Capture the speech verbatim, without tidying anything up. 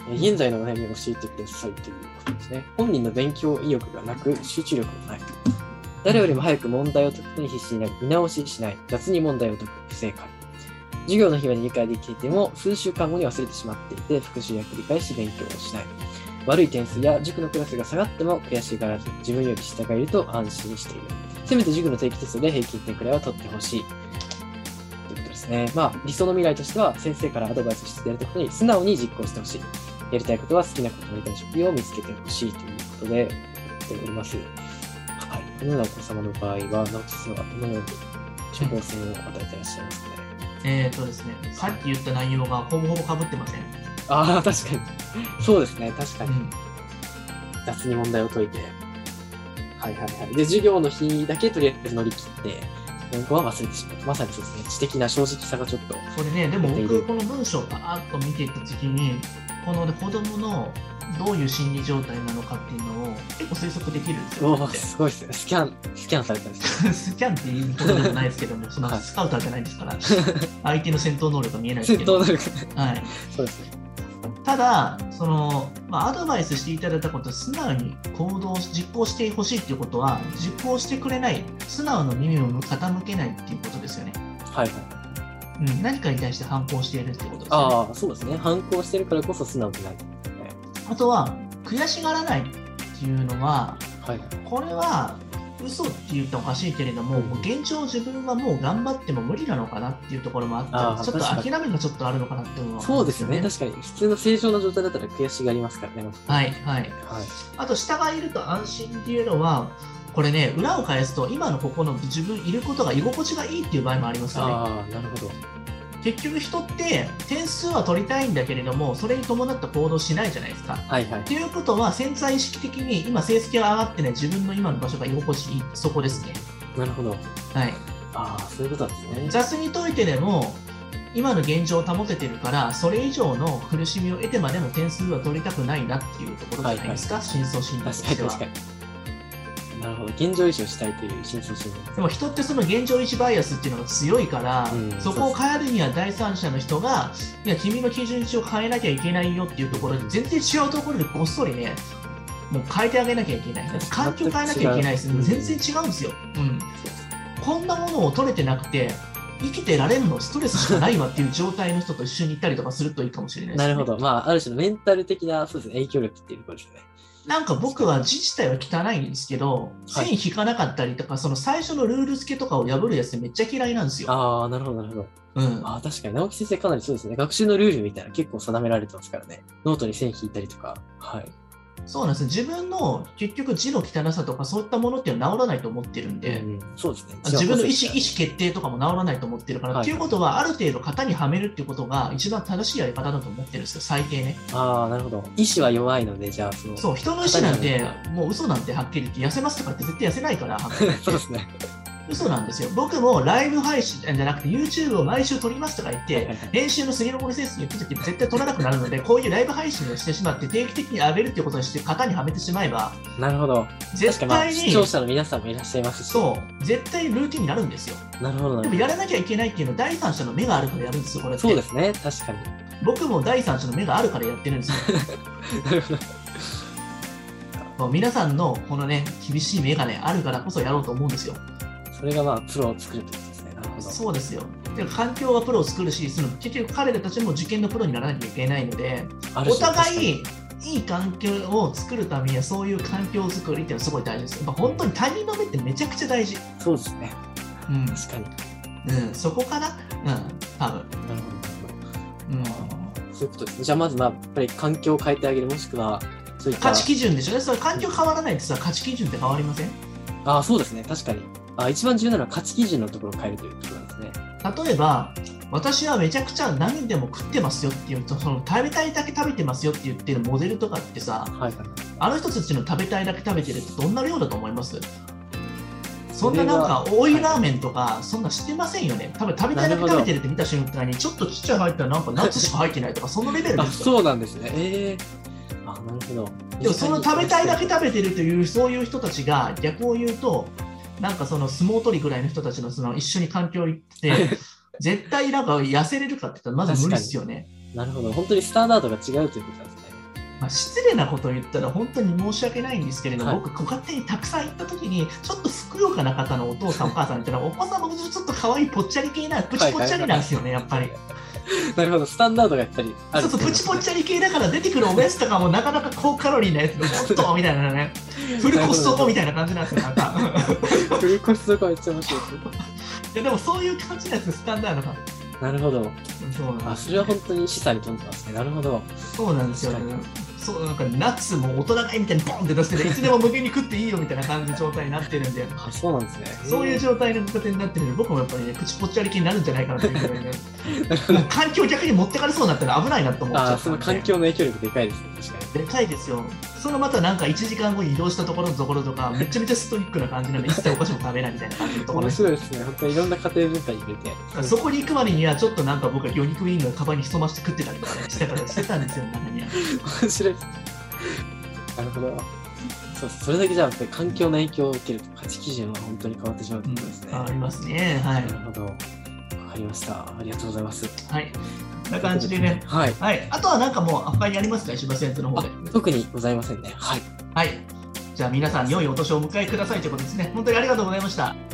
現在のお悩みを教えてくださいということですね。本人の勉強意欲がなく、集中力もない。誰よりも早く問題を解くのに必死になり、見直ししない。雑に問題を解く。不正解。授業の日は理解できていも、数週間後に忘れてしまっていて、復習や繰り返し勉強をしない。悪い点数や塾のクラスが下がっても悔しがらず、自分より下がいると安心している。せめて塾の定期テストで平均点くらいは取ってほしい。ということですね。まあ、理想の未来としては、先生からアドバイスしてやりたいことに素直に実行してほしい。やりたいことは好きなことになりたい職業を見つけてほしいということで、言っております。はい。このようなお子様の場合は、直木先生はどのように処方箋を与えていらっしゃいますかね。 えーとですね、さっき言った内容がほぼほぼ被ってません。 ああ、確かに。そうですね、確かに。うん、雑に問題を解いて。はいはいはい。で、授業の日だけとりあえず乗り切って、今後は忘れてしまう。まさにそうですね、知的な正直さがちょっと。 これね、でも僕、この文章をバーッと見ていったときに、この子供のどういう心理状態なのかっていうのを結構推測できるんですよ。 おー、すごいですね。スキャン、スキャンされたんですね。スキャンっていうことでもないですけども、そのスカウターじゃないですから、相手の戦闘能力が見えないですけど。 戦闘能力。 はい。 そうですね。 ただ、その、まあ、アドバイスしていただいたことを素直に行動し、実行してほしいっていうことは、実行してくれない、素直な耳を傾けないっていうことですよね。 はいはい。 うん、何かに対して反抗しているってことですね。 ああ、そうですね。反抗してるからこそ素直になる。 あとは、悔しがらないっていうのは、 はい、 これは嘘って言ったらおかしいけれども、うん、もう現状自分はもう頑張っても無理なのかなっていうところもあったり、ちょっと諦めがちょっとあるのかなって思う、ね、 そうですね。確かに。普通の正常な状態だったら悔しがりますからね。 はいはい。はい、あと、下がいると安心っていうのは、これね、裏を返すと、今のここの自分いることが居心地がいいっていう場合もありますよね。 ああ、なるほど。 結局人って点数は取りたいんだけれども、それに伴った行動しないじゃないですか。 はいはい。 ということは、潜在意識的に今成績が上がってない自分の今の場所が居心地いい、そこですね。 なるほど。はい。ああ、そういうことなんですね。 雑に解いてでも、今の現状を保ててるから、それ以上の苦しみを得てまでも点数は取りたくないなっていうところじゃないですか、はいはい、深層心理としては。 確かに確かに。なるほど。現状維持をしたいという深層心理。 でも人ってその現状維持バイアスっていうのが強いから、うん、そこを変えるには第三者の人が、いや、君の基準値を変えなきゃいけないよっていうところで、全然違うところでごっそりね、もう変えてあげなきゃいけない。環境変えなきゃいけないです。全然違うんですよ。うん。こんなものを取れてなくて、生きてられるのストレスしかないわっていう状態の人と一緒に行ったりとかするといいかもしれないですね。 なるほど。まあ、ある種のメンタル的な、そうですね、影響力っていうところですね。 なんか僕は字自体は汚いんですけど、線引かなかったりとか、はい、その最初のルール付けとかを破るやつめっちゃ嫌いなんですよ。 ああ、なるほど、なるほど。うん、あ確かに、直木先生かなりそうですね。学習のルールみたいな結構定められてますからね。ノートに線引いたりとか。はい。 そうなんです。自分の結局字の汚さとかそういったものっていうのは治らないと思ってるんで、 うん、そうですね。 自分の意思、意思決定とかも治らないと思ってるから、はい、っていうことはある程度型にはめるっていうことが一番正しいやり方だと思ってるんですよ、最低ね。 ああ、なるほど。意思は弱いので、じゃあその。 そう、人の意思なんて、もう嘘なんてはっきり言って痩せますとかって絶対痩せないから、 そうですね。 嘘なんですよ。僕もライブ配信じゃなくて YouTube を毎週撮りますとか言って、編集の杉の森先生に言ってて絶対撮らなくなるので、こういうライブ配信をしてしまって定期的に上げるっていうことにして型にはめてしまえば、 なるほど。 絶対に、 視聴者の皆さんもいらっしゃいますし、 そう、絶対ルーティンになるんですよ。 なるほど。 でもやらなきゃいけないっていうのは第三者の目があるからやるんですよ、これって。 そうですね、確かに。 僕も第三者の目があるからやってるんですよ。 なるほど。皆さんのこのね、厳しい目がね、あるからこそやろうと思うんですよ。 それがまあプロを作るってことですね。なるほど。 そうですよ。で環境がプロを作るし、その結局彼らたちも受験のプロにならなきゃいけないので、お互いいい環境を作るためにはそういう環境づくりっていうのはすごい大事です。やっぱ本当に他人の目ってめちゃくちゃ大事。 そうですね。うん、確かに。うん、そこかな。うん、多分。なるほど。 うん、そういうことですね。じゃあまずまあやっぱり環境を変えてあげる、もしくはそういった価値基準でしょね。それ環境変わらないってさ、価値基準って変わりません？ ああ、そうですね。確かに。あ一番重要なのは価値基準のところを変えるというところですね。 例えば、私はめちゃくちゃ何でも食ってますよっていうと、その食べたいだけ食べてますよって言ってるモデルとかってさ、はいはい、あの人たちの食べたいだけ食べてるってどんな量だと思います？そんななんかオイルラーメンとかそんな知ってませんよね。多分食べたいだけ食べてるって見た瞬間にちょっとちっちゃい入ったらなんかナッツしか入ってないとかそのレベルですよ。あそうなんですね。えー、あなるほど。 でもその食べたいだけ食べてるというそういう人たちが逆を言うとなんかその相撲取りぐらいの人たちのその一緒に環境行って絶対なんか痩せれるかって言ったらまず無理ですよね。 なるほど。本当にスタンダードが違うということなんですね。 まあ、失礼なことを言ったら本当に申し訳ないんですけれども、 はい、 僕、ご家庭にたくさん行ったときに、ちょっとふくよかな方のお父さん、お母さんっていうのは、お子さんもちょっと可愛いぽっちゃり系な、プチぽっちゃりなんですよね、やっぱり。 なるほど、スタンダードがやっぱりある。 そうそう、プチぽっちゃり系だから出てくるおやつとかもなかなか高カロリーなやつで、もっとみたいなね、フルコストコみたいな感じなんですよ、なんか。 フルコストコめっちゃ面白い。 いやでもそういう感じなんですよ、スタンダードが。 なるほど。 そうなんです。 あ、それは本当に示唆に富んでますね。なるほど。 そうなんですよね。そうなんかナッツも大人買いみたいにボンって出してて、いつでも無限に食っていいよみたいな感じの状態になってるんで、 あ、そうなんですね。 そういう状態のご家庭になってるんで、僕もやっぱりね、プチぽっちゃり系になるんじゃないかなというぐらいね、もう環境逆に持ってかれそうになったら危ないなと思っちゃったんで。 あ、その環境の影響力でかいですね、確かに。でかいですよ。そのまたなんかいちじかんごに移動したところのところとか、めちゃめちゃストイックな感じなので、一切お菓子も食べないみたいな感じのところ面白いですね。本当にいろんな家庭文化に入れて。 そこに行くまでには、ちょっとなんか僕は魚肉ウィングのカバンに潜まして食ってたりとかね、してたりしてたんですよ、中には。 面白いです。なるほど。そう、それだけじゃなくて、環境の影響を受けると価値基準は本当に変わってしまうということですね。 うん、ありますね。はい。 なるほど。わかりました。ありがとうございます。 はい。こんな感じでね。 はい。 はい。あとはなんかもう、他にありますか、石破先生の方で。 特にございませんね。はい。 はい。じゃあ皆さん、良いお年をお迎えくださいということですね。本当にありがとうございました。